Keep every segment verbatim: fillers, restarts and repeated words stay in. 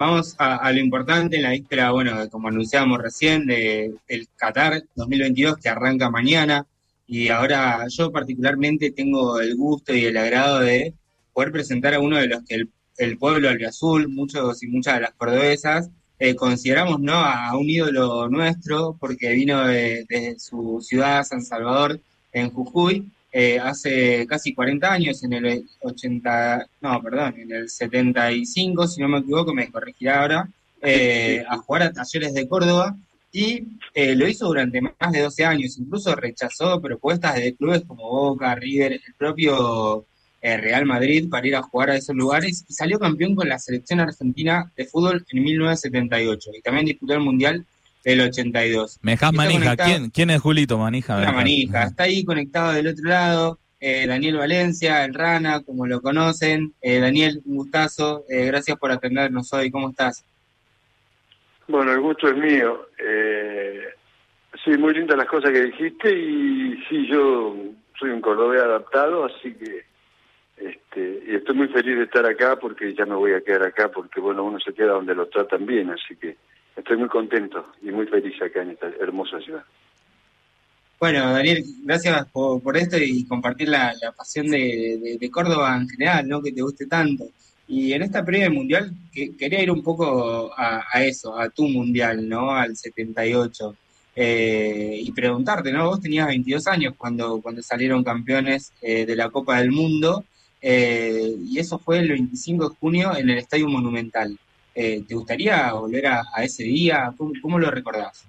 Vamos a, a lo importante en la víspera, bueno, como anunciábamos recién, de el Qatar dos mil veintidós que arranca mañana. Y ahora yo particularmente tengo el gusto y el agrado de poder presentar a uno de los que el, el pueblo albiazul, muchos y muchas de las cordobesas, eh, consideramos, ¿no?, a, a un ídolo nuestro, porque vino de, de su ciudad, San Salvador, en Jujuy, eh, hace casi cuarenta años, en el ochenta, no, perdón, en el setenta y cinco, si no me equivoco, me corregirá ahora, Sí, eh, a sí. jugar a Talleres de Córdoba, y eh, lo hizo durante más de doce años, incluso rechazó propuestas de clubes como Boca, River, el propio eh, Real Madrid para ir a jugar a esos lugares, y salió campeón con la selección argentina de fútbol en mil novecientos setenta y ocho, y también disputó el Mundial del ochenta y dos. Mejás Y está Manija, conectado, ¿quién, quién es Julito Manija? una Mejás. manija, está ahí conectado del otro lado, eh, Daniel Valencia, el Rana, como lo conocen. Eh, Daniel, un gustazo, eh, gracias por atendernos hoy, ¿cómo estás? Bueno, el gusto es mío. Eh, sí, muy lindas las cosas que dijiste y sí, yo soy un cordobés adaptado, así que este, y estoy muy feliz de estar acá porque ya me voy a quedar acá porque, bueno, uno se queda donde lo tratan bien, así que estoy muy contento y muy feliz acá en esta hermosa ciudad. Bueno, Daniel, gracias por, por esto y compartir la, la pasión de, de- de Córdoba en general, ¿no? Que te guste tanto. Y en esta previa del Mundial, que, quería ir un poco a, a eso, a tu Mundial, ¿no? Al setenta y ocho. Eh, y preguntarte, ¿no? Vos tenías veintidós años cuando, cuando salieron campeones eh, de la Copa del Mundo, eh, y eso fue el veinticinco de junio en el Estadio Monumental. Eh, ¿te gustaría volver a, a ese día? ¿Cómo, cómo lo recordás?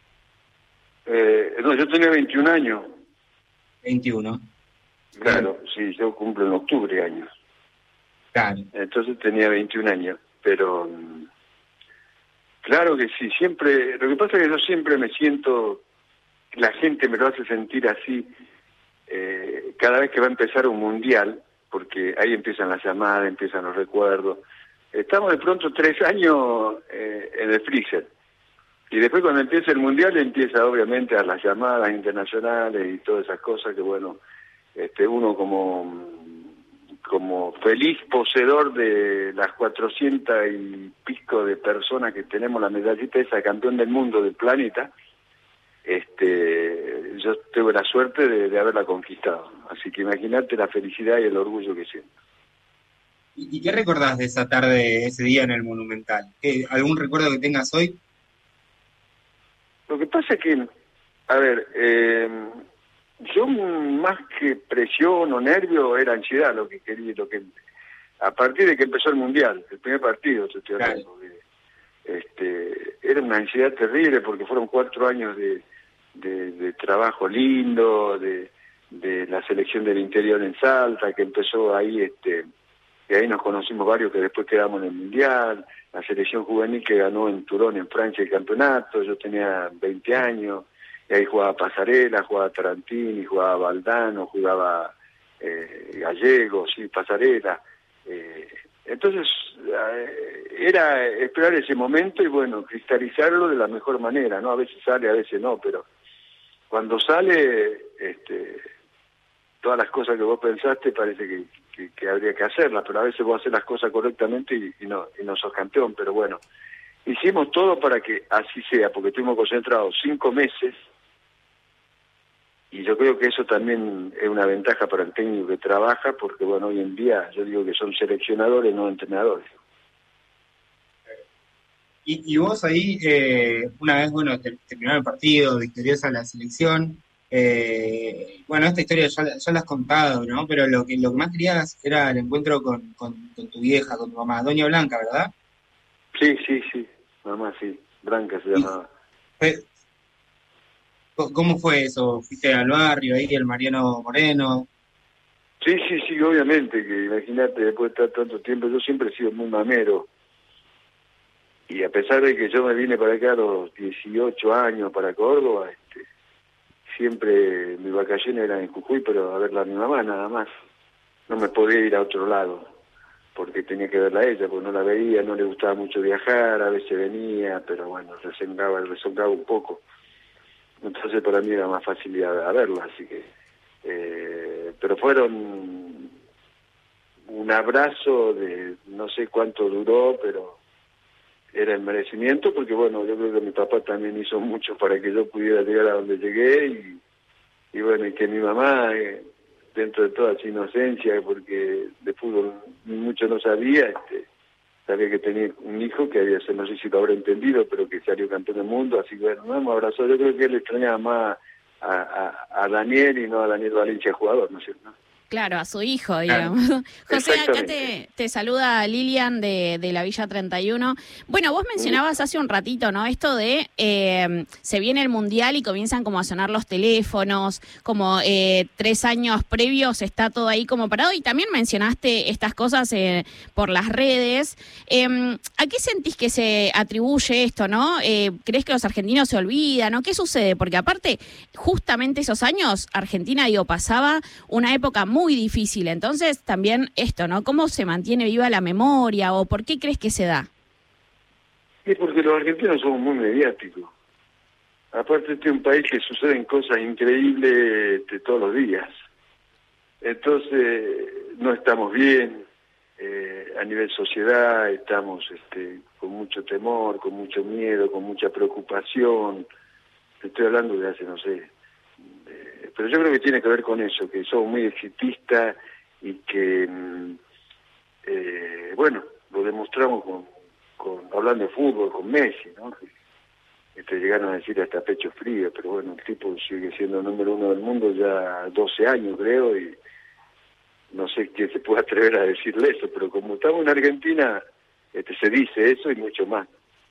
Eh, no, yo tenía veintiún años, veintiuno. Bien, claro, sí, yo cumplo en octubre años, claro. entonces tenía veintiún años, pero mm, claro que sí, siempre, lo que pasa es que yo siempre me siento, la gente me lo hace sentir así, eh, cada vez que va a empezar un mundial, porque ahí empiezan las llamadas, empiezan los recuerdos. Estamos de pronto tres años eh, en el freezer. Y después cuando empieza el mundial empieza obviamente a las llamadas internacionales y todas esas cosas que bueno, este uno como como feliz poseedor de las cuatrocientas y pico de personas que tenemos la medallita esa de campeón del mundo del planeta, este yo tuve la suerte de, de haberla conquistado. Así que imagínate la felicidad y el orgullo que siento. ¿Y, y qué recordás de esa tarde, ese día en el Monumental? ¿Qué- ¿Algún recuerdo que tengas hoy? Lo que pasa es que, a ver, eh, yo más que presión o nervio era ansiedad lo que quería, lo que a partir de que empezó el mundial, el primer partido, te estoy Claro. hablando, de, este, era una ansiedad terrible porque fueron cuatro años de, de, de trabajo lindo, de, de la selección del interior en Salta, que empezó ahí, este, y ahí nos conocimos varios que después quedamos en el mundial, la selección juvenil que ganó en Turón, en Francia, el campeonato, yo tenía veinte años, y ahí jugaba Pasarela, jugaba Tarantini, jugaba Valdano, jugaba eh, Gallego, sí, Pasarela. Eh, entonces, eh, era esperar ese momento y bueno, cristalizarlo de la mejor manera, ¿no? A veces sale, a veces no, pero cuando sale, este, todas las cosas que vos pensaste parece que, que, que habría que hacerlas, pero a veces vos haces las cosas correctamente y, y no y no sos campeón, pero bueno, hicimos todo para que así sea, porque estuvimos concentrados cinco meses y yo creo que eso también es una ventaja para el técnico que trabaja, porque bueno, hoy en día yo digo que son seleccionadores, no entrenadores. Y, y vos ahí, eh, una vez, bueno, te- terminó el partido, victoriosa la selección. Eh, bueno, esta historia ya, la- ya la has contado, ¿no? Pero lo que, lo que más querías era el encuentro con, con, con tu vieja, con tu mamá, Doña Blanca, ¿verdad? Sí, sí, sí, mamá sí, Blanca se Y llamaba. fue- ¿cómo fue eso? ¿Fuiste al barrio ahí, el Mariano Moreno? Sí, sí, sí, obviamente, que imagínate, después de estar tanto tiempo, yo siempre he sido muy mamero, y a pesar de que yo me vine para acá a los dieciocho años, para Córdoba, este, siempre mis vacaciones eran en Jujuy, pero a verla a mi mamá nada más. No me podía ir a otro lado, porque tenía que verla a ella, porque no la veía, no le gustaba mucho viajar, a veces venía, pero bueno, rezongaba, rezongaba un poco. Entonces para mí era más fácil ir a, a verla, así que... Eh, pero fueron un abrazo de no sé cuánto duró, pero era el merecimiento, porque bueno, yo creo que mi papá también hizo mucho para que yo pudiera llegar a donde llegué, y, y bueno, y que mi mamá, eh, dentro de toda su inocencia, porque de fútbol mucho no sabía, este, sabía que tenía un hijo que había, no sé si lo habrá entendido, pero que salió campeón del mundo, así que bueno, no me abrazó. Yo creo que él extrañaba más a, a, a Daniel y no a Daniel Valencia, jugador, ¿no es cierto? Claro, a su hijo, digamos. Claro. José, acá te, te saluda Lilian de, de la Villa treinta y uno. Bueno, vos mencionabas hace un ratito, ¿no? Esto de eh, se viene el Mundial y comienzan como a sonar los teléfonos, como eh, tres años previos está todo ahí como parado, y también mencionaste estas cosas eh, por las redes. Eh, ¿A qué sentís que se atribuye esto, no? Eh, ¿Crees que los argentinos se olvidan, no? ¿Qué sucede? Porque aparte, justamente esos años, Argentina, digo, pasaba una época muy muy difícil, entonces también esto, ¿no? ¿Cómo se mantiene viva la memoria o por qué crees que se da? Es porque los argentinos somos muy mediáticos. Aparte, este es un país que suceden cosas increíbles de todos los días. Entonces, no estamos bien, eh, a nivel sociedad estamos este, con mucho temor, con mucho miedo, con mucha preocupación. Te estoy hablando de hace, no sé, pero yo creo que tiene que ver con eso, que somos muy exitistas y que, eh, bueno, lo demostramos con, con hablando de fútbol, con Messi, ¿no? Que te llegaron a decir hasta pecho frío, pero bueno, el tipo sigue siendo el número uno del mundo ya doce años, creo, y no sé quién se puede atrever a decirle eso, pero como estamos en Argentina, este, se dice eso y mucho más.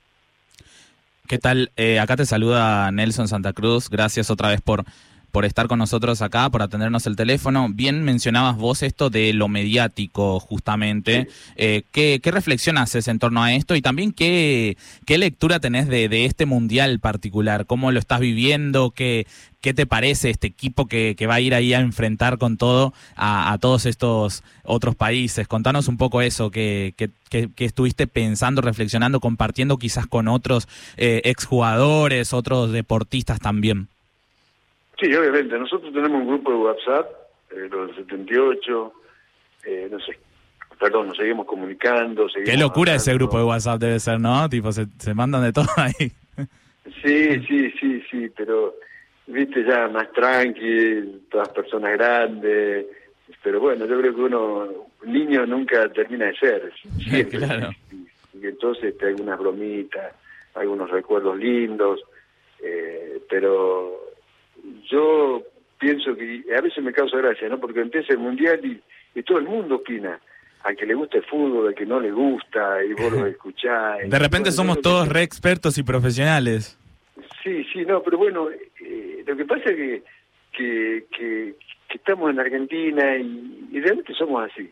¿Qué tal? Eh, acá te saluda Nelson Santa Cruz, gracias otra vez por... por estar con nosotros acá, por atendernos el teléfono. Bien mencionabas vos esto de lo mediático, justamente. Eh, ¿qué, ¿Qué reflexión haces en torno a esto? Y también, ¿qué, qué lectura tenés de, de este Mundial particular? ¿Cómo lo estás viviendo? ¿Qué, qué te parece este equipo que, que va a ir ahí a enfrentar con todo a, a todos estos otros países? Contanos un poco eso, que, que, que, que estuviste pensando, reflexionando, compartiendo quizás con otros eh, exjugadores, otros deportistas también. Sí, obviamente. Nosotros tenemos un grupo de WhatsApp, eh, los del setenta y ocho, eh, no sé, perdón, nos seguimos comunicando. Seguimos Qué locura hablando. Ese grupo de WhatsApp debe ser, ¿no? Tipo, se, se mandan de todo ahí. Sí, sí, sí, sí, pero, viste, ya más tranqui, todas personas grandes, pero bueno, yo creo que uno, un niño nunca termina de ser, siempre. Claro. Y, y entonces te hay algunas bromitas, algunos recuerdos lindos, eh, pero... yo pienso que a veces me causa gracia, ¿no? Porque empieza el Mundial y, y todo el mundo opina. Al que le gusta el fútbol, al que no le gusta, y vos lo escuchás. De repente bueno, somos todos que... re expertos y profesionales. Sí, sí, no, pero bueno, eh, lo que pasa es que, que, que, que estamos en Argentina y, y realmente somos así.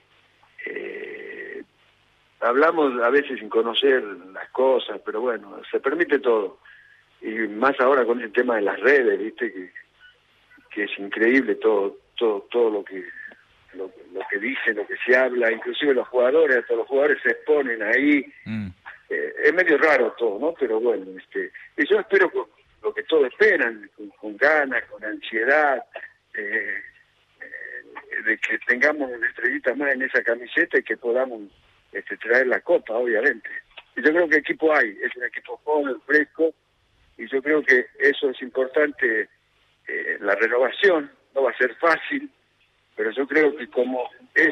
Eh, hablamos a veces sin conocer las cosas, pero bueno, se permite todo. Y más ahora con el tema de las redes, viste, que, que es increíble todo todo todo lo que lo, lo que dice, lo que se habla, inclusive los jugadores, hasta los jugadores se exponen ahí. Mm. Eh, es medio raro todo, ¿no? Pero bueno, este y yo espero con, lo que todos esperan, con, con ganas, con ansiedad, eh, eh, de que tengamos una estrellita más en esa camiseta y que podamos este, traer la copa, obviamente. Y yo creo que equipo hay, es un equipo joven, fresco, y yo creo que eso es importante, eh, la renovación, no va a ser fácil, pero yo creo que como es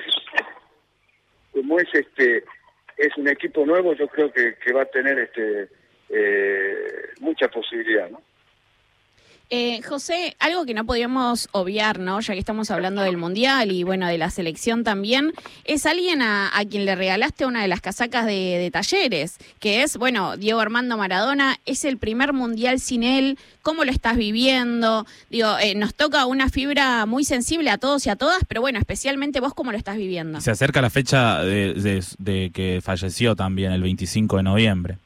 como es este es un equipo nuevo, yo creo que, que va a tener este eh, mucha posibilidad, ¿no? Eh, José, algo que no podíamos obviar, ¿no? Ya que estamos hablando del Mundial y, bueno, de la selección también, es alguien a, a quien le regalaste una de las casacas de, de Talleres, que es, bueno, Diego Armando Maradona. Es el primer Mundial sin él. ¿Cómo lo estás viviendo? Digo, eh, nos toca una fibra muy sensible a todos y a todas, pero bueno, especialmente vos, ¿cómo lo estás viviendo? Se acerca la fecha de, de, de que falleció también, el veinticinco de noviembre.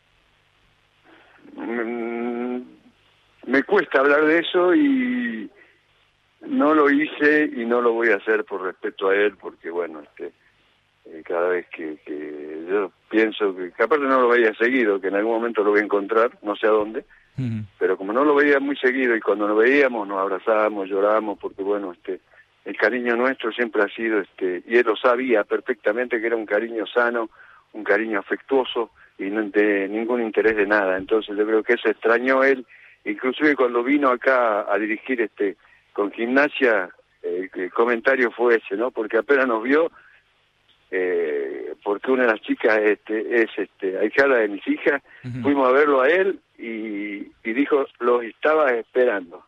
Me cuesta hablar de eso y no lo hice y no lo voy a hacer por respeto a él, porque bueno, este eh, cada vez que, que yo pienso que, que aparte no lo veía seguido, que en algún momento lo voy a encontrar, no sé a dónde, uh-huh. Pero como no lo veía muy seguido y cuando nos veíamos nos abrazábamos, llorábamos, porque bueno, este el cariño nuestro siempre ha sido, este y él lo sabía perfectamente, que era un cariño sano, un cariño afectuoso, y no de ningún interés de nada. Entonces yo creo que eso extrañó él, inclusive cuando vino acá a dirigir este con Gimnasia, eh, el comentario fue ese, ¿no? Porque apenas nos vio, eh, porque una de las chicas este, es este ahijada de mis hijas, uh-huh. Fuimos a verlo a él y, y dijo, los estaba esperando.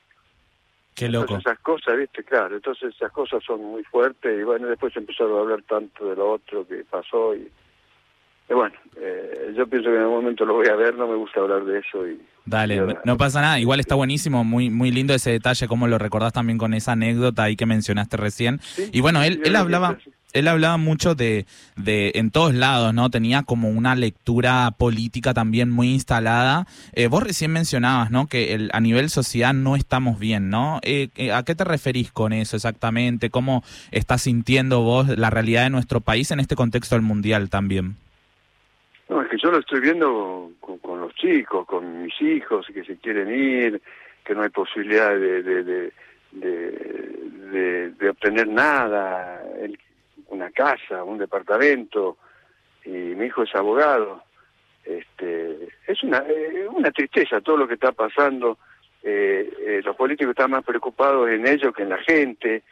Qué loco. Entonces esas cosas, viste, claro, entonces esas cosas son muy fuertes y bueno, después empezaron a hablar tanto de lo otro que pasó y, y bueno, eh, yo pienso que en algún momento lo voy a ver, no me gusta hablar de eso y... Dale, y ahora, no pasa nada, igual está buenísimo, muy muy lindo ese detalle, como lo recordás también con esa anécdota ahí que mencionaste recién. ¿Sí? Y bueno, él, él hablaba... Él hablaba mucho de, de, en todos lados, ¿no? Tenía como una lectura política también muy instalada. Eh, vos recién mencionabas, ¿no? Que el, a nivel sociedad no estamos bien, ¿no? Eh, ¿A qué te referís con eso exactamente? ¿Cómo estás sintiendo vos la realidad de nuestro país en este contexto del mundial también? No, es que yo lo estoy viendo con, con los chicos, con mis hijos que se quieren ir, que no hay posibilidad de, de, de, de, de, de obtener nada. El, una casa, un departamento, y mi hijo es abogado. Este, es una eh, una tristeza todo lo que está pasando. Eh, eh, los políticos están más preocupados en ellos que en la gente.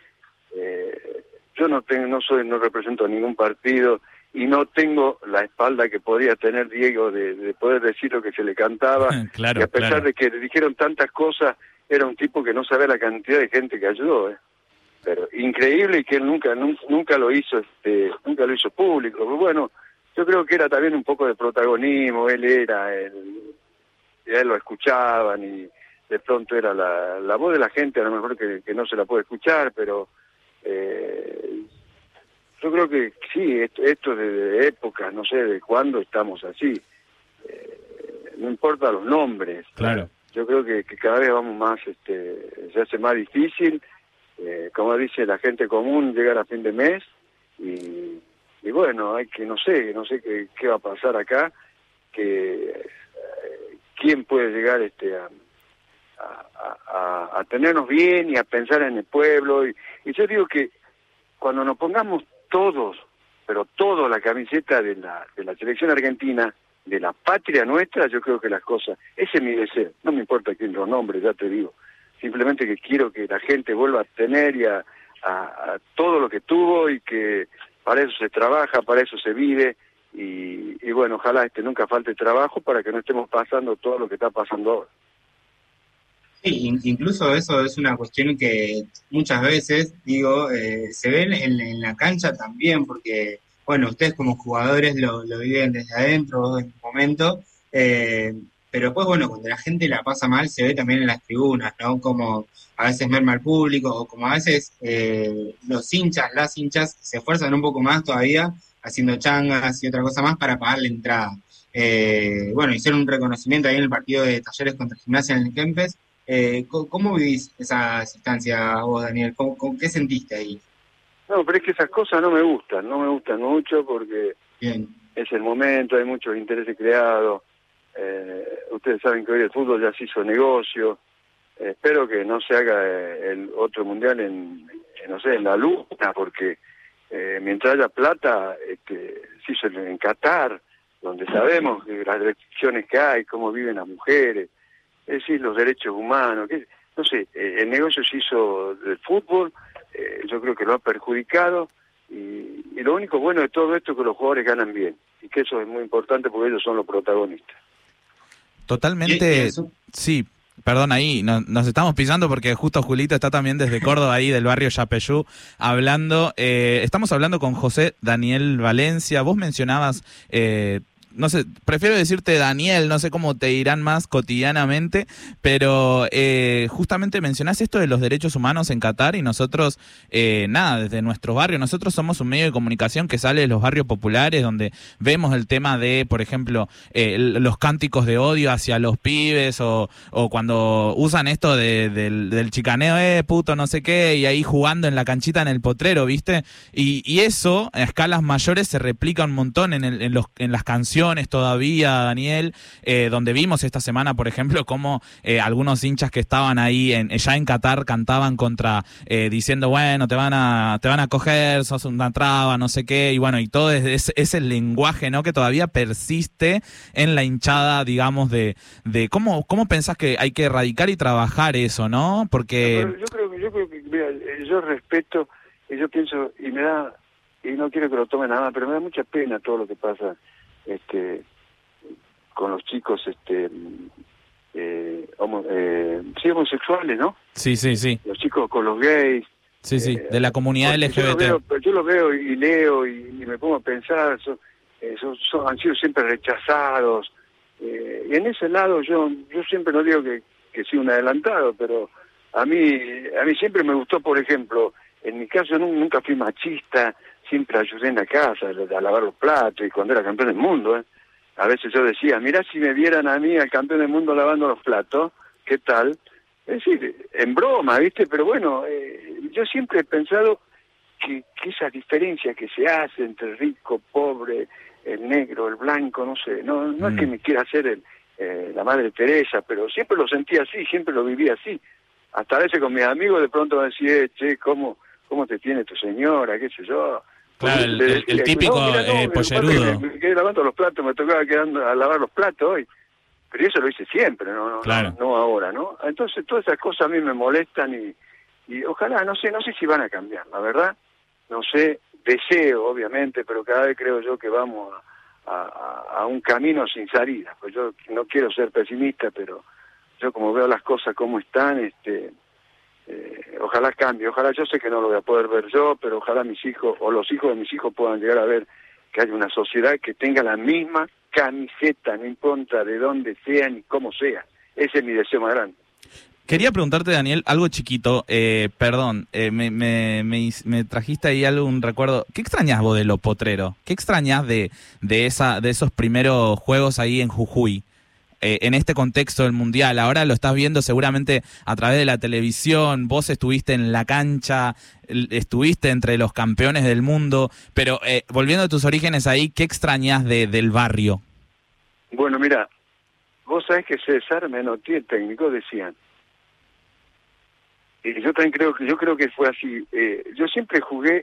Eh, yo no tengo, no soy, no represento a ningún partido y no tengo la espalda que podía tener Diego de, de poder decir lo que se le cantaba. Claro, y a pesar claro. de que le dijeron tantas cosas, era un tipo que no sabía la cantidad de gente que ayudó, ¿eh? Pero increíble y que él nunca, nunca nunca lo hizo este nunca lo hizo público. Pero bueno, yo creo que era también un poco de protagonismo. Él era él, él lo escuchaban y de pronto era la, la voz de la gente, a lo mejor que, que no se la puede escuchar, pero eh, yo creo que sí, esto, esto de, de época, no sé de cuándo estamos así, eh, no importa los nombres. Claro. Yo creo que, que cada vez vamos más, este se hace más difícil. Eh, como dice la gente común, llegar a fin de mes y, y bueno, hay que, no sé, no sé qué, qué va a pasar acá, que eh, quién puede llegar este a, a, a, a tenernos bien y a pensar en el pueblo. Y, y yo digo que cuando nos pongamos todos, pero todos la camiseta de la, de la selección argentina, de la patria nuestra, yo creo que las cosas, ese es mi deseo, no me importa quién los nombre, ya te digo. Simplemente que quiero que la gente vuelva a tener y a, a, a todo lo que tuvo y que para eso se trabaja, para eso se vive y, y bueno, ojalá este nunca falte trabajo para que no estemos pasando todo lo que está pasando ahora. Sí, incluso eso es una cuestión que muchas veces, digo, eh, se ven en, en la cancha también, porque, bueno, ustedes como jugadores lo, lo viven desde adentro, vos en un momento, eh, pero después, bueno, cuando la gente la pasa mal, se ve también en las tribunas, ¿no? Como a veces merma al público, o como a veces eh, los hinchas, las hinchas, se esfuerzan un poco más todavía, haciendo changas y otra cosa más para pagar la entrada. Eh, bueno, hicieron un reconocimiento ahí en el partido de Talleres contra Gimnasia en el Kempes. Eh, ¿Cómo vivís esas instancias vos, Daniel? ¿Cómo, cómo, ¿Qué sentiste ahí? No, pero es que esas cosas no me gustan, no me gustan mucho porque Bien. Es el momento, hay muchos intereses creados. Eh, ustedes saben que hoy el fútbol ya se hizo negocio. Eh, espero que no se haga eh, el otro mundial en, en, no sé, en la luna, porque eh, mientras haya plata, este, se hizo en Qatar, donde sabemos que las restricciones que hay, cómo viven las mujeres, es decir, los derechos humanos, que, no sé, eh, el negocio se hizo del fútbol, eh, yo creo que lo ha perjudicado, y, y lo único bueno de todo esto es que los jugadores ganan bien, y que eso es muy importante porque ellos son los protagonistas. Totalmente, sí, perdón, ahí nos, nos estamos pisando porque justo Julito está también desde Córdoba, ahí del barrio Yapeyú, hablando, eh, estamos hablando con José Daniel Valencia. Vos mencionabas, eh, no sé, prefiero decirte Daniel, no sé cómo te dirán más cotidianamente, pero eh, justamente mencionás esto de los derechos humanos en Qatar y nosotros, eh, nada, desde nuestros barrios, nosotros somos un medio de comunicación que sale de los barrios populares donde vemos el tema de, por ejemplo, eh, los cánticos de odio hacia los pibes o, o cuando usan esto de, del, del chicaneo, eh, puto, no sé qué, y ahí jugando en la canchita en el potrero, ¿viste? Y, y eso, a escalas mayores, se replica un montón en, el, en, los, en las canciones emociones todavía, Daniel, eh, donde vimos esta semana, por ejemplo, cómo eh, algunos hinchas que estaban ahí en, ya en Qatar cantaban contra, eh, diciendo, bueno, te van a te van a coger, sos una traba, no sé qué, y bueno, y todo ese, ese lenguaje, ¿no?, que todavía persiste en la hinchada, digamos, de, de cómo, cómo pensás que hay que erradicar y trabajar eso, ¿no? Porque... No, yo creo que, yo creo que, mira, yo respeto, y yo pienso, y me da, y no quiero que lo tomen nada más, pero me da mucha pena todo lo que pasa, este, con los chicos, este, eh, homo, eh, sí, homosexuales, ¿no? Sí, sí, sí. Los chicos con los gays. Sí, sí, eh, de la comunidad L G B T. Yo lo veo, yo lo veo y leo y, y me pongo a pensar, son, eh, son, son, han sido siempre rechazados. Eh, y en ese lado yo yo siempre no digo que, que soy un adelantado, pero a mí a mí siempre me gustó, por ejemplo, en mi caso yo nunca fui machista, siempre ayudé en la casa a, a lavar los platos, y cuando era campeón del mundo, ¿eh? A veces yo decía, mirá si me vieran a mí, al campeón del mundo, lavando los platos, ¿qué tal? Es decir, en broma, ¿viste? Pero bueno, eh, yo siempre he pensado que, que esa diferencia que se hace entre rico, pobre, el negro, el blanco, no sé, no no mm. es que me quiera hacer el, eh, la Madre Teresa, pero siempre lo sentí así, siempre lo viví así. Hasta a veces con mis amigos de pronto me decía, che, ¿cómo, cómo te tiene tu señora? ¿Qué sé yo? Claro, el, el, el típico no, mira, no, eh, pollerudo. Me, me quedé lavando los platos, me tocaba quedando a lavar los platos hoy. Pero eso lo hice siempre, no no, claro. no no ahora, ¿no? Entonces todas esas cosas a mí me molestan y, y ojalá, no sé, no sé si van a cambiar, la verdad, no sé, deseo obviamente, pero cada vez creo yo que vamos a, a, a un camino sin salida. Pues yo no quiero ser pesimista, pero yo como veo las cosas como están, este, eh, ojalá cambie, ojalá, yo sé que no lo voy a poder ver yo, pero ojalá mis hijos o los hijos de mis hijos puedan llegar a ver que hay una sociedad que tenga la misma camiseta, no importa de dónde sea ni cómo sea. Ese es mi deseo más grande. Quería preguntarte, Daniel, algo chiquito, eh, perdón, eh, me, me, me, me trajiste ahí algo, un recuerdo. ¿Qué extrañás vos de lo potrero? ¿Qué extrañás de, de, esa, de esos primeros juegos ahí en Jujuy? Eh, en este contexto del Mundial, ahora lo estás viendo seguramente a través de la televisión, vos estuviste en la cancha, estuviste entre los campeones del mundo, pero eh, volviendo a tus orígenes ahí, ¿qué extrañas de, del barrio? Bueno, mira, vos sabés que César Menotti, el técnico, decían, y yo también creo que yo creo que fue así, eh, yo siempre jugué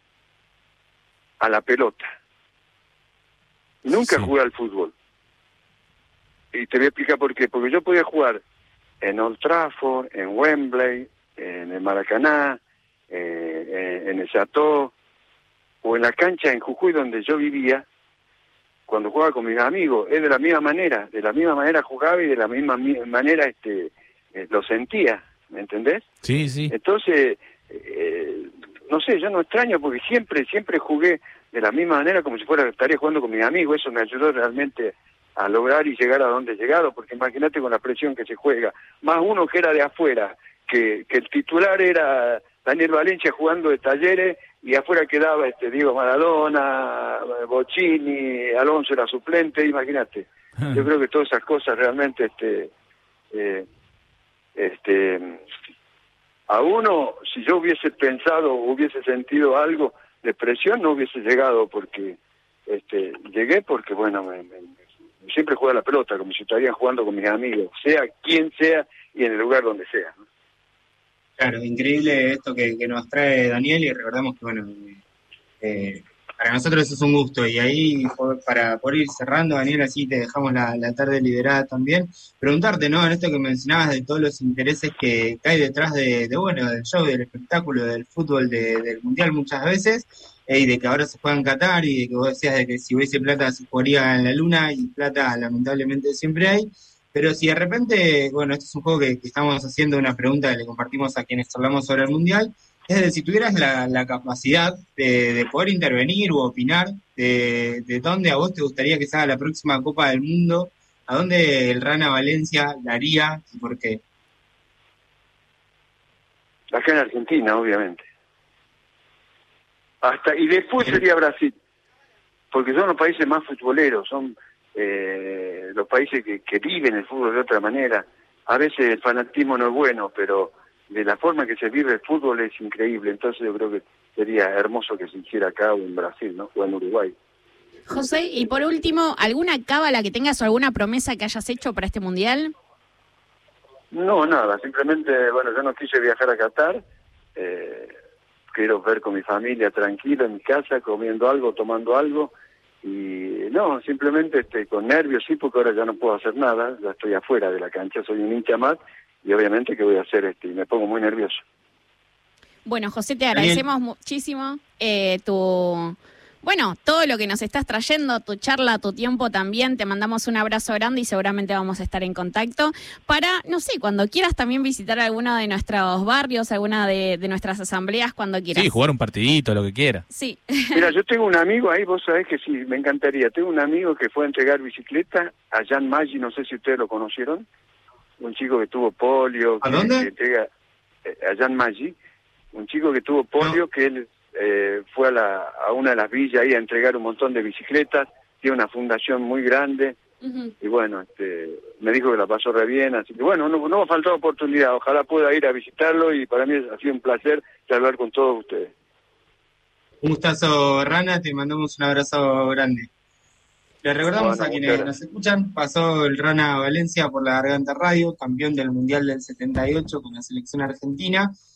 a la pelota, nunca sí. jugué al fútbol. Y te voy a explicar por qué. Porque yo podía jugar en Old Trafford, en Wembley, en el Maracaná, eh, en el Chateau, o en la cancha en Jujuy donde yo vivía, cuando jugaba con mis amigos. Es de la misma manera, de la misma manera jugaba y de la misma manera este eh, lo sentía, ¿me entendés? Sí, sí. Entonces, eh, no sé, yo no extraño porque siempre, siempre jugué de la misma manera como si fuera estaría jugando con mis amigos. Eso me ayudó realmente a lograr y llegar a donde he llegado, porque imagínate con la presión que se juega, más uno que era de afuera, que, que el titular era Daniel Valencia jugando de Talleres, y afuera quedaba este Diego Maradona, Bocini, Alonso era suplente, imagínate. Yo creo que todas esas cosas realmente, este, eh, este, a uno, si yo hubiese pensado o hubiese sentido algo de presión, no hubiese llegado, porque este, llegué porque, bueno, me, me siempre juega la pelota, como si estarían jugando con mis amigos, sea quien sea y en el lugar donde sea, ¿no? Claro, increíble esto que, que nos trae Daniel, y recordamos que, bueno, eh, para nosotros eso es un gusto. Y ahí, para por ir cerrando, Daniel, así te dejamos la, la tarde liberada también, preguntarte, ¿no?, en esto que mencionabas de todos los intereses que, que hay detrás de, de, bueno, del show, del espectáculo, del fútbol, de, del Mundial muchas veces, y de que ahora se juega en Qatar, y de que vos decías de que si hubiese plata se jugaría en la luna, y plata lamentablemente siempre hay. Pero si de repente, bueno, esto es un juego que, que estamos haciendo, una pregunta que le compartimos a quienes hablamos sobre el Mundial, es de si tuvieras la, la capacidad de, de poder intervenir u opinar de, de dónde a vos te gustaría que se haga la próxima Copa del Mundo, a dónde el Rana Valencia la haría y por qué. Acá en Argentina, obviamente. Hasta y después sería Brasil, porque son los países más futboleros, son eh, los países que, que viven el fútbol de otra manera. A veces el fanatismo no es bueno, pero de la forma que se vive el fútbol es increíble. Entonces yo creo que sería hermoso que se hiciera acá o en Brasil, ¿no? O en Uruguay. José, y por último, ¿alguna cábala que tengas o alguna promesa que hayas hecho para este Mundial? No, nada, simplemente, bueno, yo no quise viajar a Qatar, eh, quiero ver con mi familia tranquilo en mi casa, comiendo algo, tomando algo, y no, simplemente este, con nervios, sí, porque ahora ya no puedo hacer nada, ya estoy afuera de la cancha, soy un hincha más, y obviamente que voy a hacer, este, me pongo muy nervioso. Bueno, José, te agradecemos Bien. muchísimo eh, tu... Bueno, todo lo que nos estás trayendo, tu charla, tu tiempo también, te mandamos un abrazo grande y seguramente vamos a estar en contacto para, no sé, cuando quieras también visitar alguno de nuestros barrios, alguna de, de nuestras asambleas, cuando quieras. Sí, jugar un partidito, lo que quieras. Sí. Mira, yo tengo un amigo ahí, vos sabés que sí, me encantaría, tengo un amigo que fue a entregar bicicleta a Jan Maggi, no sé si ustedes lo conocieron, un chico que tuvo polio. ¿A que, dónde? Que entrega, eh, a Jan Maggi, un chico que tuvo polio, no. que él... Eh, fue a, la, a una de las villas ahí a entregar un montón de bicicletas, tiene una fundación muy grande, uh-huh. y bueno, este, me dijo que la pasó re bien, así que bueno, no, no me ha faltado oportunidad, ojalá pueda ir a visitarlo y para mí ha sido un placer hablar con todos ustedes. Un gustazo, Rana, te mandamos un abrazo grande. Les recordamos bueno, a quienes nos escuchan, pasó el Rana Valencia por la Garganta Radio, campeón del Mundial del setenta y ocho con la selección argentina.